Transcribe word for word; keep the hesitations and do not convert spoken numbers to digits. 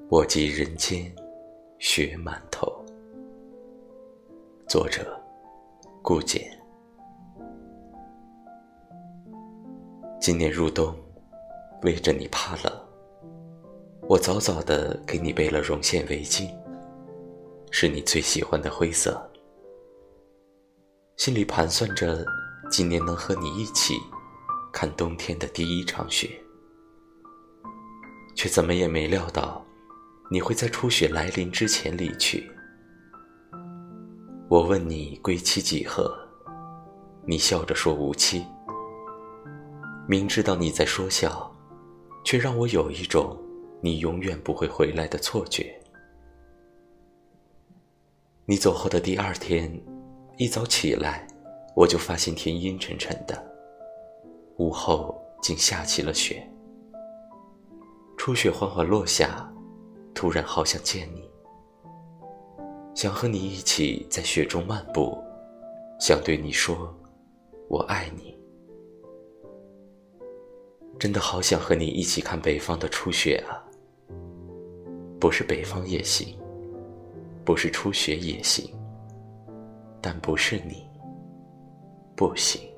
我寄人间雪满头。作者顾简。今年入冬，为着你怕冷，我早早地给你备了绒线围巾，是你最喜欢的灰色。心里盘算着今年能和你一起看冬天的第一场雪，却怎么也没料到你会在初雪来临之前离去。我问你归期几何，你笑着说无期。明知道你在说笑，却让我有一种你永远不会回来的错觉。你走后的第二天，一早起来，我就发现天阴沉沉的，午后竟下起了雪。初雪缓缓落下，突然好想见你，想和你一起在雪中漫步，想对你说我爱你。真的好想和你一起看北方的初雪啊，不是北方也行，不是初雪也行，但不是你不行。